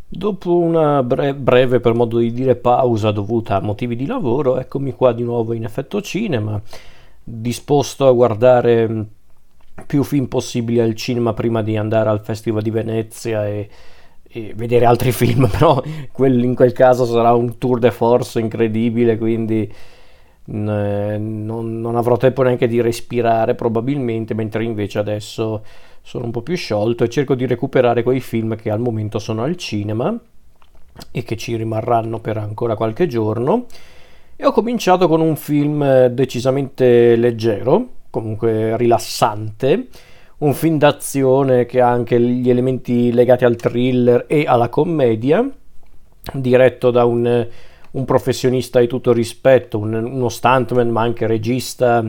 Dopo una breve, per modo di dire, pausa dovuta a motivi di lavoro, eccomi qua di nuovo in Effetto Cinema, disposto a guardare più film possibili al cinema prima di andare al Festival di Venezia e vedere altri film, però in quel caso sarà un tour de force incredibile, quindi non avrò tempo neanche di respirare probabilmente, mentre invece adesso sono un po' più sciolto e cerco di recuperare quei film che al momento sono al cinema e che ci rimarranno per ancora qualche giorno. E ho cominciato con un film decisamente leggero, comunque rilassante, un film d'azione che ha anche gli elementi legati al thriller e alla commedia, diretto da un professionista di tutto rispetto, uno stuntman ma anche regista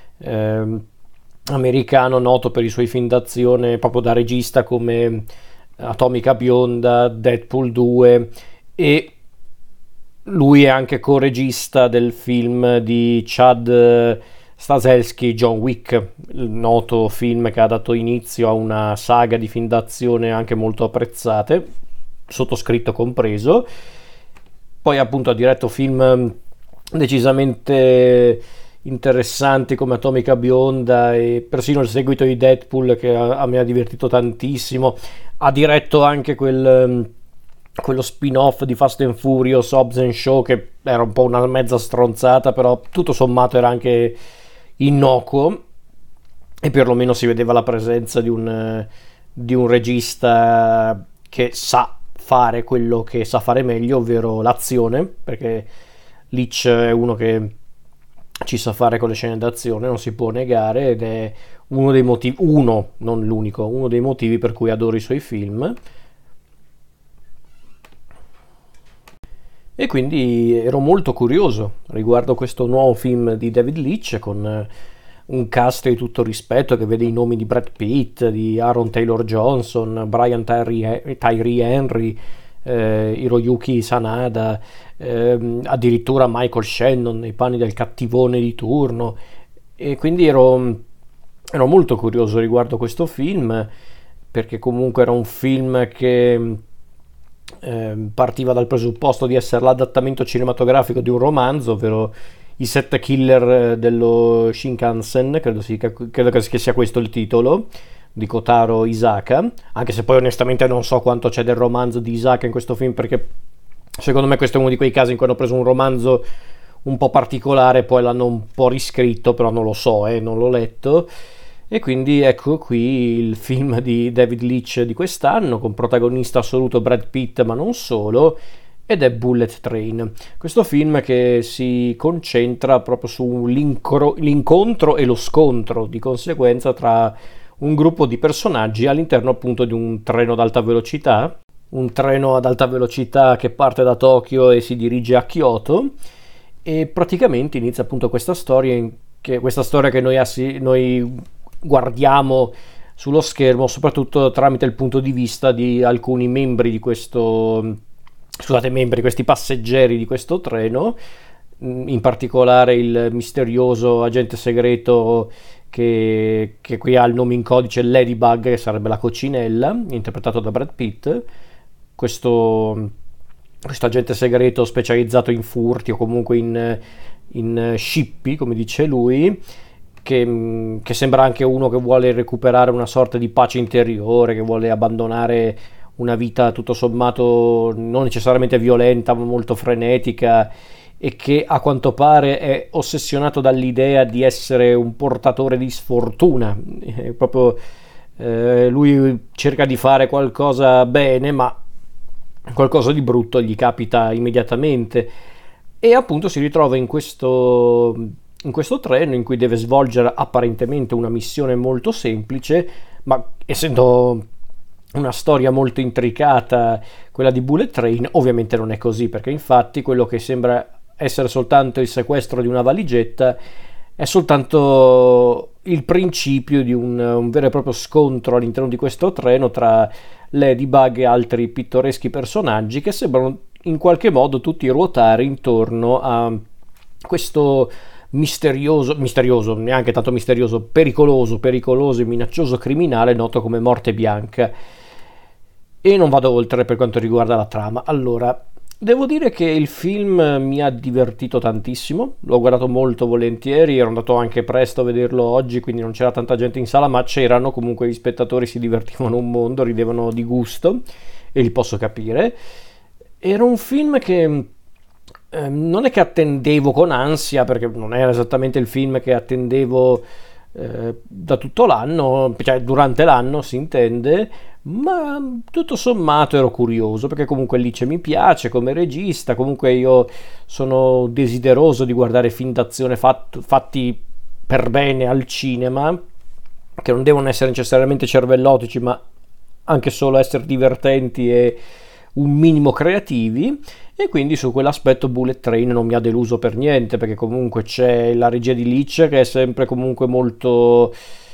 americano noto per i suoi film d'azione proprio da regista come Atomica Bionda, Deadpool 2, e lui è anche co-regista del film di Chad Stahelski, John Wick, il noto film che ha dato inizio a una saga di film d'azione anche molto apprezzate, sottoscritto compreso. Poi appunto ha diretto film decisamente interessanti come Atomica Bionda e persino il seguito di Deadpool che a me ha divertito tantissimo. Ha diretto anche quello spin-off di Fast and Furious, Hobbs and Shaw, che era un po' una mezza stronzata, però tutto sommato era anche innocuo e perlomeno si vedeva la presenza di un regista che sa fare quello che sa fare meglio, ovvero l'azione, perché Leach è uno che ci sa fare con le scene d'azione, non si può negare, ed è uno dei motivi, non l'unico, uno dei motivi per cui adoro i suoi film. E quindi ero molto curioso riguardo questo nuovo film di David Leitch con un cast di tutto rispetto che vede i nomi di Brad Pitt, di Aaron Taylor Johnson, Brian Tyree Henry, Hiroyuki Sanada, addirittura Michael Shannon nei panni del cattivone di turno. E quindi ero molto curioso riguardo questo film, perché comunque era un film che partiva dal presupposto di essere l'adattamento cinematografico di un romanzo, ovvero I Sette Killer dello Shinkansen, credo che sia questo il titolo, di Kotaro Isaka, anche se poi onestamente non so quanto c'è del romanzo di Isaka in questo film, perché secondo me questo è uno di quei casi in cui hanno preso un romanzo un po' particolare, poi l'hanno un po' riscritto, però non lo so, non l'ho letto. E quindi ecco qui il film di David Leitch di quest'anno, con protagonista assoluto Brad Pitt, ma non solo, ed è Bullet Train. Questo film che si concentra proprio sull'incontro e lo scontro, di conseguenza, tra un gruppo di personaggi all'interno appunto di un treno ad alta velocità che parte da Tokyo e si dirige a Kyoto, e praticamente inizia appunto questa storia che noi guardiamo sullo schermo, soprattutto tramite il punto di vista di alcuni membri di questi passeggeri di questo treno, in particolare il misterioso agente segreto che qui ha il nome in codice Ladybug, che sarebbe la coccinella, interpretato da Brad Pitt. Questo agente segreto specializzato in furti o comunque in scippi, come dice lui, che sembra anche uno che vuole recuperare una sorta di pace interiore, che vuole abbandonare una vita tutto sommato non necessariamente violenta ma molto frenetica, e che a quanto pare è ossessionato dall'idea di essere un portatore di sfortuna. Lui cerca di fare qualcosa bene, ma qualcosa di brutto gli capita immediatamente, e appunto si ritrova in questo treno in cui deve svolgere apparentemente una missione molto semplice, ma essendo una storia molto intricata quella di Bullet Train, ovviamente non è così, perché infatti quello che sembra essere soltanto il sequestro di una valigetta è soltanto il principio di un vero e proprio scontro all'interno di questo treno tra Ladybug e altri pittoreschi personaggi che sembrano in qualche modo tutti ruotare intorno a questo misterioso, neanche tanto misterioso, pericoloso e minaccioso criminale noto come Morte Bianca. e non vado oltre per quanto riguarda la trama. Allora, devo dire che il film mi ha divertito tantissimo, l'ho guardato molto volentieri, ero andato anche presto a vederlo oggi, quindi non c'era tanta gente in sala, ma c'erano comunque gli spettatori, si divertivano un mondo, ridevano di gusto e li posso capire. Era un film che non è che attendevo con ansia, perché non era esattamente il film che attendevo da tutto l'anno, cioè durante l'anno si intende, ma tutto sommato ero curioso, perché comunque Alice mi piace come regista, comunque io sono desideroso di guardare film d'azione fatti per bene al cinema, che non devono essere necessariamente cervellotici, ma anche solo essere divertenti e un minimo creativi, e quindi su quell'aspetto Bullet Train non mi ha deluso per niente, perché comunque c'è la regia di Leach che è sempre comunque molto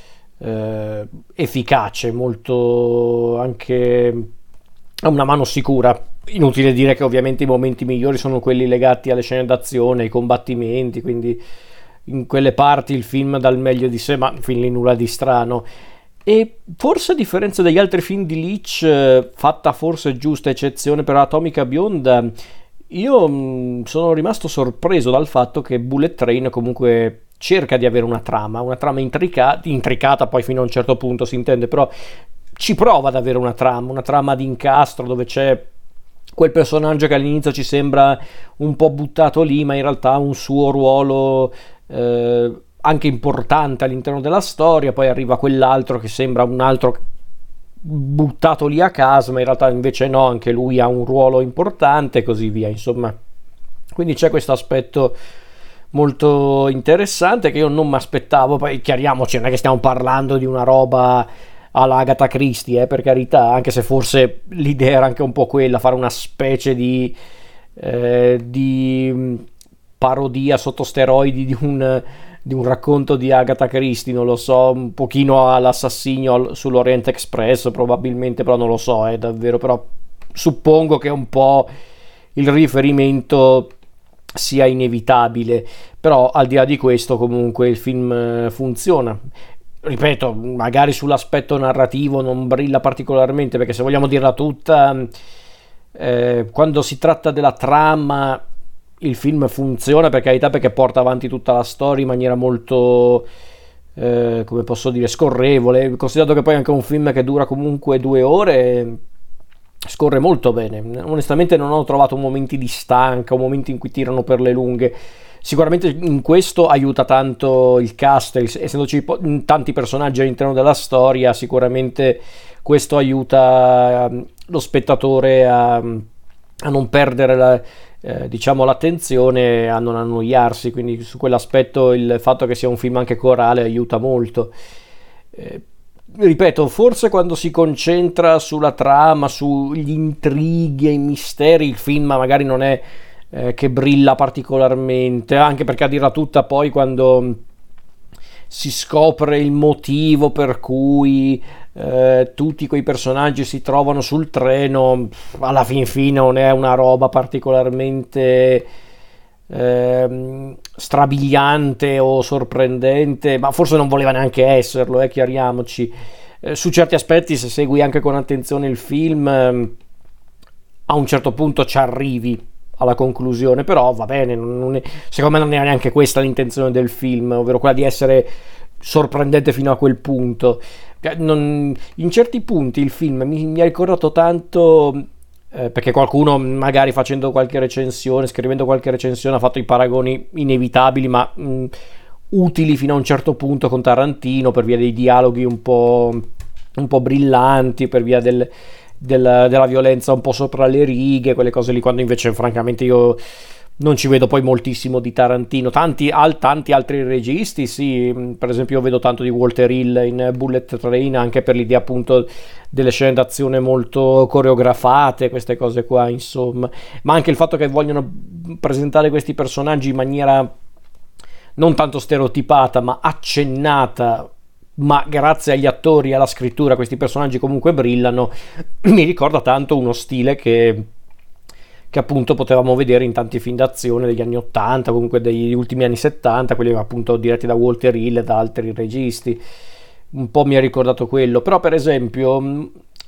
efficace, molto anche ha una mano sicura. Inutile dire che ovviamente i momenti migliori sono quelli legati alle scene d'azione, ai combattimenti, quindi in quelle parti il film dà il meglio di sé, ma fin lì nulla di strano. E forse a differenza degli altri film di Leach, fatta forse giusta eccezione per Atomica Bionda, io sono rimasto sorpreso dal fatto che Bullet Train comunque cerca di avere una trama intricata poi fino a un certo punto si intende, però ci prova ad avere una trama di incastro dove c'è quel personaggio che all'inizio ci sembra un po' buttato lì, ma in realtà ha un suo ruolo anche importante all'interno della storia, poi arriva quell'altro che sembra un altro buttato lì a caso, ma in realtà invece no, anche lui ha un ruolo importante e così via, insomma. Quindi c'è questo aspetto molto interessante che io non mi aspettavo. Poi chiariamoci, non è che stiamo parlando di una roba alla Agatha Christie, per carità, anche se forse l'idea era anche un po' quella, fare una specie di parodia sotto steroidi di un racconto di Agatha Christie, non lo so, un pochino all'assassinio sull'Orient Express probabilmente, però non lo so, è davvero, però suppongo che un po' il riferimento sia inevitabile, però al di là di questo comunque il film funziona. Ripeto, magari sull'aspetto narrativo non brilla particolarmente, perché se vogliamo dirla tutta, quando si tratta della trama il film funziona, per carità, perché porta avanti tutta la storia in maniera molto come posso dire, scorrevole, considerato che poi è anche un film che dura comunque 2 ore, scorre molto bene. Onestamente non ho trovato momenti di stanca o momenti in cui tirano per le lunghe. Sicuramente in questo aiuta tanto il cast, essendoci tanti personaggi all'interno della storia, sicuramente questo aiuta lo spettatore a non perdere diciamo l'attenzione, a non annoiarsi, quindi su quell'aspetto il fatto che sia un film anche corale aiuta molto. Ripeto, forse quando si concentra sulla trama, sugli intrighi e i misteri, il film magari non è che brilla particolarmente, anche perché a dirla tutta poi quando si scopre il motivo per cui tutti quei personaggi si trovano sul treno, alla fin fine non è una roba particolarmente strabiliante o sorprendente, ma forse non voleva neanche esserlo, chiariamoci. Su certi aspetti, se segui anche con attenzione il film, a un certo punto ci arrivi alla conclusione, però va bene, secondo me non era neanche questa l'intenzione del film, ovvero quella di essere sorprendente fino a quel punto. In certi punti il film mi ha ricordato tanto, perché qualcuno magari facendo qualche recensione, scrivendo qualche recensione, ha fatto i paragoni inevitabili ma utili fino a un certo punto con Tarantino, per via dei dialoghi un po' brillanti, per via della violenza un po' sopra le righe, quelle cose lì, quando invece francamente io non ci vedo poi moltissimo di Tarantino. Tanti altri registi, sì, per esempio io vedo tanto di Walter Hill in Bullet Train, anche per l'idea appunto delle scene d'azione molto coreografate, queste cose qua, insomma, ma anche il fatto che vogliono presentare questi personaggi in maniera non tanto stereotipata ma accennata, ma grazie agli attori e alla scrittura questi personaggi comunque brillano. Mi ricorda tanto uno stile che appunto potevamo vedere in tanti film d'azione degli anni 80, comunque degli ultimi anni 70, quelli appunto diretti da Walter Hill e da altri registi. Un po' mi ha ricordato quello, però per esempio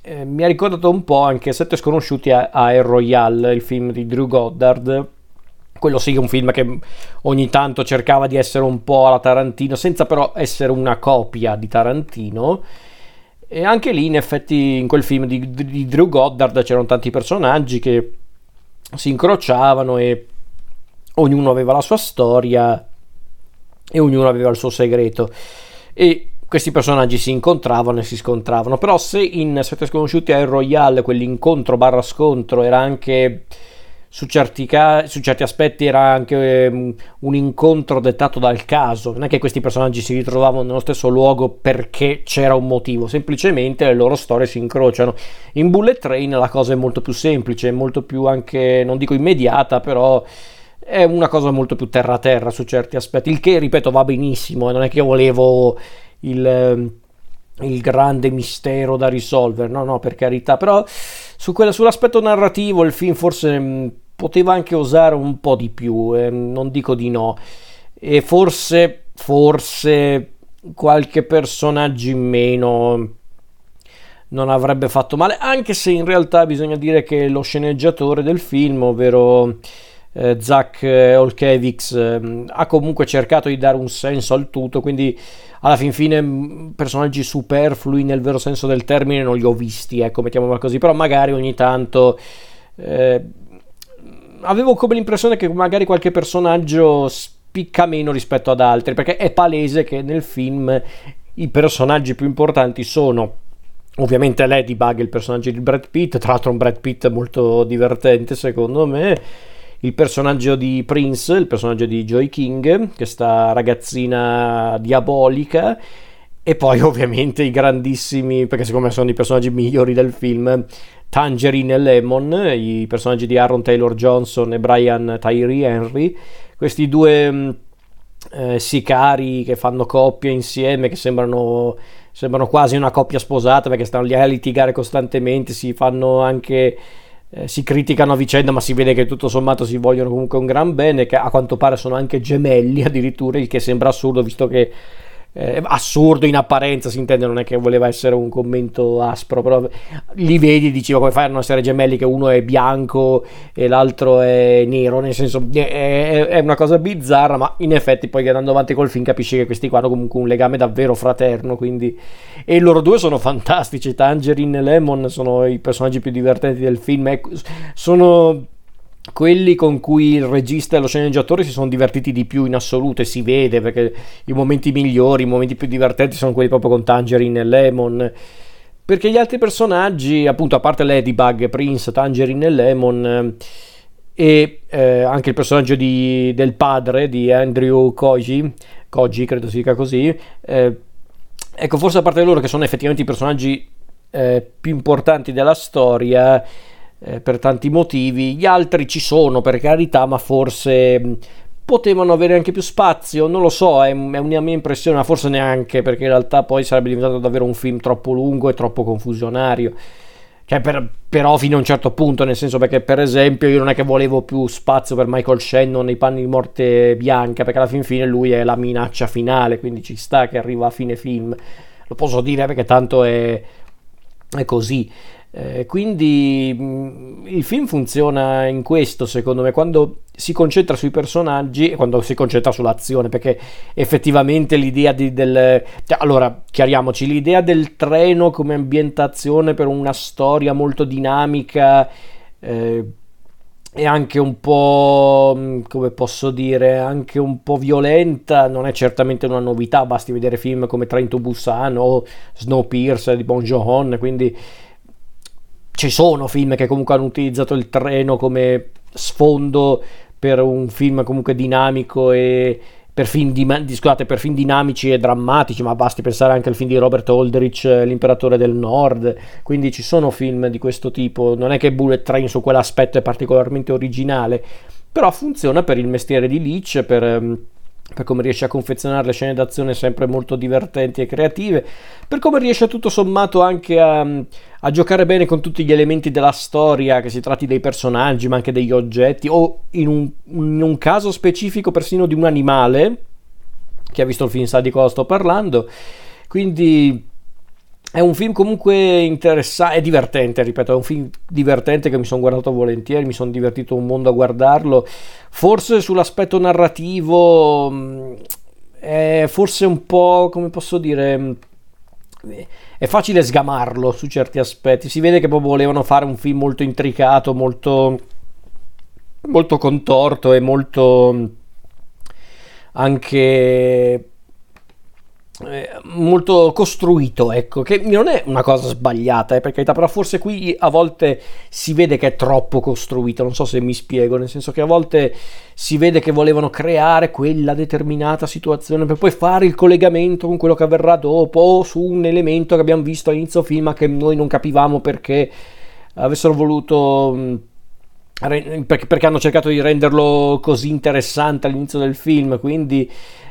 mi ha ricordato un po' anche Sette sconosciuti a El Royale, il film di Drew Goddard. Quello sì, è un film che ogni tanto cercava di essere un po' alla Tarantino, senza però essere una copia di Tarantino. E anche lì, in effetti, in quel film di Drew Goddard c'erano tanti personaggi che si incrociavano e ognuno aveva la sua storia e ognuno aveva il suo segreto. E questi personaggi si incontravano e si scontravano. Però se in Sette sconosciuti a El Royale quell'incontro barra scontro era anche su certi aspetti era anche un incontro dettato dal caso, non è che questi personaggi si ritrovavano nello stesso luogo perché c'era un motivo, semplicemente le loro storie si incrociano. In Bullet Train la cosa è molto più semplice, molto più anche, non dico immediata, però è una cosa molto più terra a terra su certi aspetti, il che, ripeto, va benissimo, non è che io volevo il grande mistero da risolvere, no, per carità, però sull'aspetto narrativo il film forse poteva anche osare un po' di più, non dico di no, e forse qualche personaggio in meno non avrebbe fatto male, anche se in realtà bisogna dire che lo sceneggiatore del film, ovvero Zach Olkiewicz, ha comunque cercato di dare un senso al tutto, quindi alla fin fine personaggi superflui nel vero senso del termine non li ho visti, ecco, mettiamola così, però magari ogni tanto avevo come l'impressione che magari qualche personaggio spicca meno rispetto ad altri, perché è palese che nel film i personaggi più importanti sono ovviamente Ladybug, il personaggio di Brad Pitt, tra l'altro un Brad Pitt molto divertente secondo me, il personaggio di Prince, il personaggio di Joy King, questa ragazzina diabolica, e poi ovviamente i grandissimi, perché secondo me sono i personaggi migliori del film, Tangerine e Lemon, i personaggi di Aaron Taylor Johnson e Brian Tyree Henry, questi due sicari che fanno coppia insieme, che sembrano quasi una coppia sposata, perché stanno lì a litigare costantemente, si fanno anche si criticano a vicenda, ma si vede che tutto sommato si vogliono comunque un gran bene, che a quanto pare sono anche gemelli addirittura, il che sembra assurdo, visto che assurdo in apparenza si intende, non è che voleva essere un commento aspro, però li vedi, diceva, come fai a non essere gemelli che uno è bianco e l'altro è nero, nel senso è una cosa bizzarra, ma in effetti poi andando avanti col film capisci che questi qua hanno comunque un legame davvero fraterno, quindi, e loro due sono fantastici. Tangerine e Lemon sono i personaggi più divertenti del film, sono quelli con cui il regista e lo sceneggiatore si sono divertiti di più in assoluto, e si vede, perché i momenti migliori, i momenti più divertenti sono quelli proprio con Tangerine e Lemon, perché gli altri personaggi, appunto, a parte Ladybug, Prince, Tangerine e Lemon, anche il personaggio del padre di Andrew Koji credo si dica così, ecco, forse a parte loro, che sono effettivamente i personaggi più importanti della storia, per tanti motivi, gli altri ci sono per carità, ma forse potevano avere anche più spazio, non lo so, è una mia impressione, ma forse neanche, perché in realtà poi sarebbe diventato davvero un film troppo lungo e troppo confusionario, cioè però fino a un certo punto, nel senso, perché per esempio io non è che volevo più spazio per Michael Shannon nei panni di Morte Bianca, perché alla fin fine lui è la minaccia finale, quindi ci sta che arriva a fine film, lo posso dire perché tanto è così. Quindi il film funziona in questo, secondo me, quando si concentra sui personaggi e quando si concentra sull'azione, perché effettivamente l'idea allora, chiariamoci, l'idea del treno come ambientazione per una storia molto dinamica e anche un po', come posso dire, anche un po' violenta, non è certamente una novità, basti vedere film come Train to Busan o Snowpiercer di Bong Joon-ho, quindi ci sono film che comunque hanno utilizzato il treno come sfondo per un film comunque dinamico e per film dinamici e drammatici, ma basti pensare anche al film di Robert Aldrich, L'imperatore del Nord, quindi ci sono film di questo tipo, non è che Bullet Train su quell'aspetto è particolarmente originale, però funziona per il mestiere di Leitch, per come riesce a confezionare le scene d'azione sempre molto divertenti e creative, per come riesce tutto sommato anche a giocare bene con tutti gli elementi della storia, che si tratti dei personaggi ma anche degli oggetti, o in un caso specifico persino di un animale. Chi ha visto il film sa di cosa sto parlando, quindi È un film comunque interessante, è divertente, ripeto, è un film divertente che mi sono guardato volentieri, mi sono divertito un mondo a guardarlo. Forse sull'aspetto narrativo è forse un po', come posso dire, è facile sgamarlo su certi aspetti. Si vede che proprio volevano fare un film molto intricato, molto contorto e molto anche molto costruito, ecco, che non è una cosa sbagliata, per carità, però forse qui a volte si vede che è troppo costruito, non so se mi spiego, nel senso che a volte si vede che volevano creare quella determinata situazione per poi fare il collegamento con quello che avverrà dopo, o su un elemento che abbiamo visto all'inizio film ma che noi non capivamo perché avessero voluto perché hanno cercato di renderlo così interessante all'inizio del film, quindi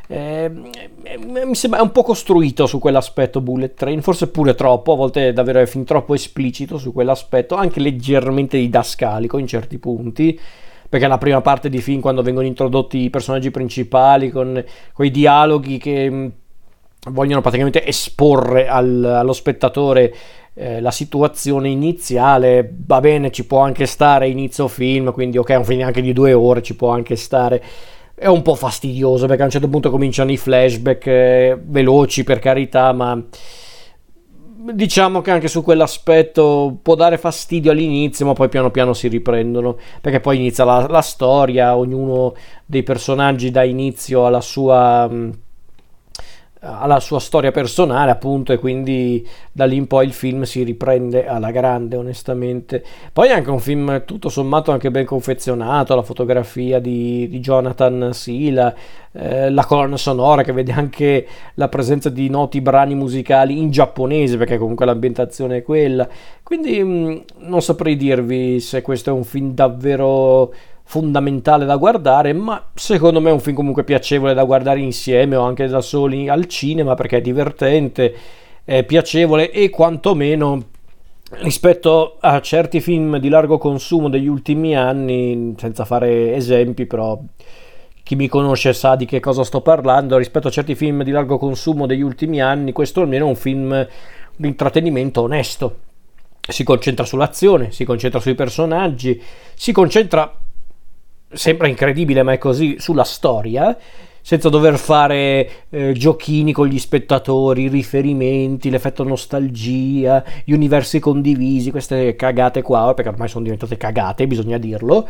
mi sembra è un po' costruito su quell'aspetto Bullet Train, forse pure troppo, a volte davvero è fin troppo esplicito su quell'aspetto, anche leggermente didascalico in certi punti, perché la prima parte di film, quando vengono introdotti i personaggi principali con quei dialoghi che vogliono praticamente esporre allo spettatore la situazione iniziale, va bene, ci può anche stare inizio film, quindi ok, un film anche di 2 ore ci può anche stare. È un po' fastidioso perché a un certo punto cominciano i flashback veloci, per carità, ma diciamo che anche su quell'aspetto può dare fastidio all'inizio, ma poi piano piano si riprendono, perché poi inizia la storia, ognuno dei personaggi dà inizio alla sua storia personale, appunto, e quindi da lì in poi il film si riprende alla grande, onestamente. Poi è anche un film tutto sommato anche ben confezionato, la fotografia di Jonathan Sila, la colonna sonora che vede anche la presenza di noti brani musicali in giapponese, perché comunque l'ambientazione è quella. Quindi non saprei dirvi se questo è un film davvero fondamentale da guardare, ma secondo me è un film comunque piacevole da guardare insieme o anche da soli al cinema, perché è divertente, è piacevole e quantomeno rispetto a certi film di largo consumo degli ultimi anni, senza fare esempi, però chi mi conosce sa di che cosa sto parlando, rispetto a certi film di largo consumo degli ultimi anni, questo almeno è un film di intrattenimento onesto. Si concentra sull'azione, si concentra sui personaggi, si concentra, sembra incredibile ma è così, sulla storia, senza dover fare giochini con gli spettatori, riferimenti, l'effetto nostalgia, gli universi condivisi, queste cagate qua, perché ormai sono diventate cagate, bisogna dirlo.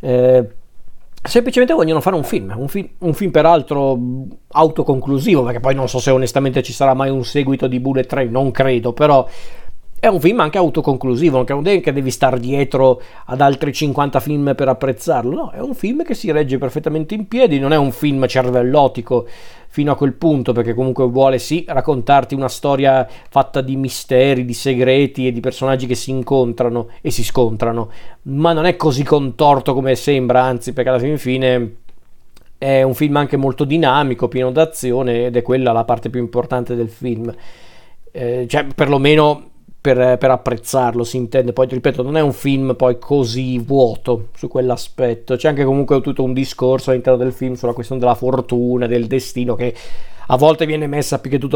Semplicemente vogliono fare un film peraltro autoconclusivo, perché poi non so se onestamente ci sarà mai un seguito di Bullet Train, non credo, però è un film anche autoconclusivo, non è che devi star dietro ad altri 50 film per apprezzarlo, no, è un film che si regge perfettamente in piedi, non è un film cervellotico fino a quel punto, perché comunque vuole sì raccontarti una storia fatta di misteri, di segreti e di personaggi che si incontrano e si scontrano, ma non è così contorto come sembra, anzi, perché alla fine è un film anche molto dinamico, pieno d'azione, ed è quella la parte più importante del film, cioè perlomeno per apprezzarlo, si intende. Poi ripeto, non è un film poi così vuoto su quell'aspetto, c'è anche comunque tutto un discorso all'interno del film sulla questione della fortuna, del destino, che a volte viene messa più che tutto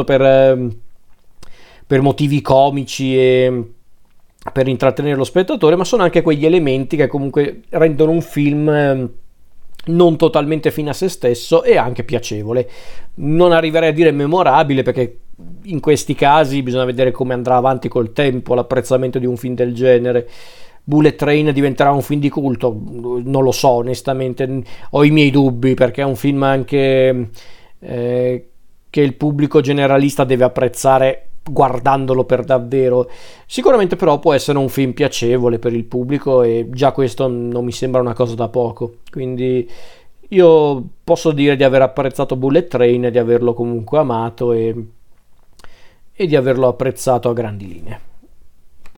per motivi comici e per intrattenere lo spettatore, ma sono anche quegli elementi che comunque rendono un film non totalmente fine a se stesso e anche piacevole. Non arriverei a dire memorabile, perché in questi casi bisogna vedere come andrà avanti col tempo l'apprezzamento di un film del genere. Bullet Train diventerà un film di culto? Non lo so, onestamente ho i miei dubbi, perché è un film anche che il pubblico generalista deve apprezzare guardandolo per davvero. Sicuramente però può essere un film piacevole per il pubblico e già questo non mi sembra una cosa da poco, quindi io posso dire di aver apprezzato Bullet Train e di averlo comunque amato e di averlo apprezzato a grandi linee.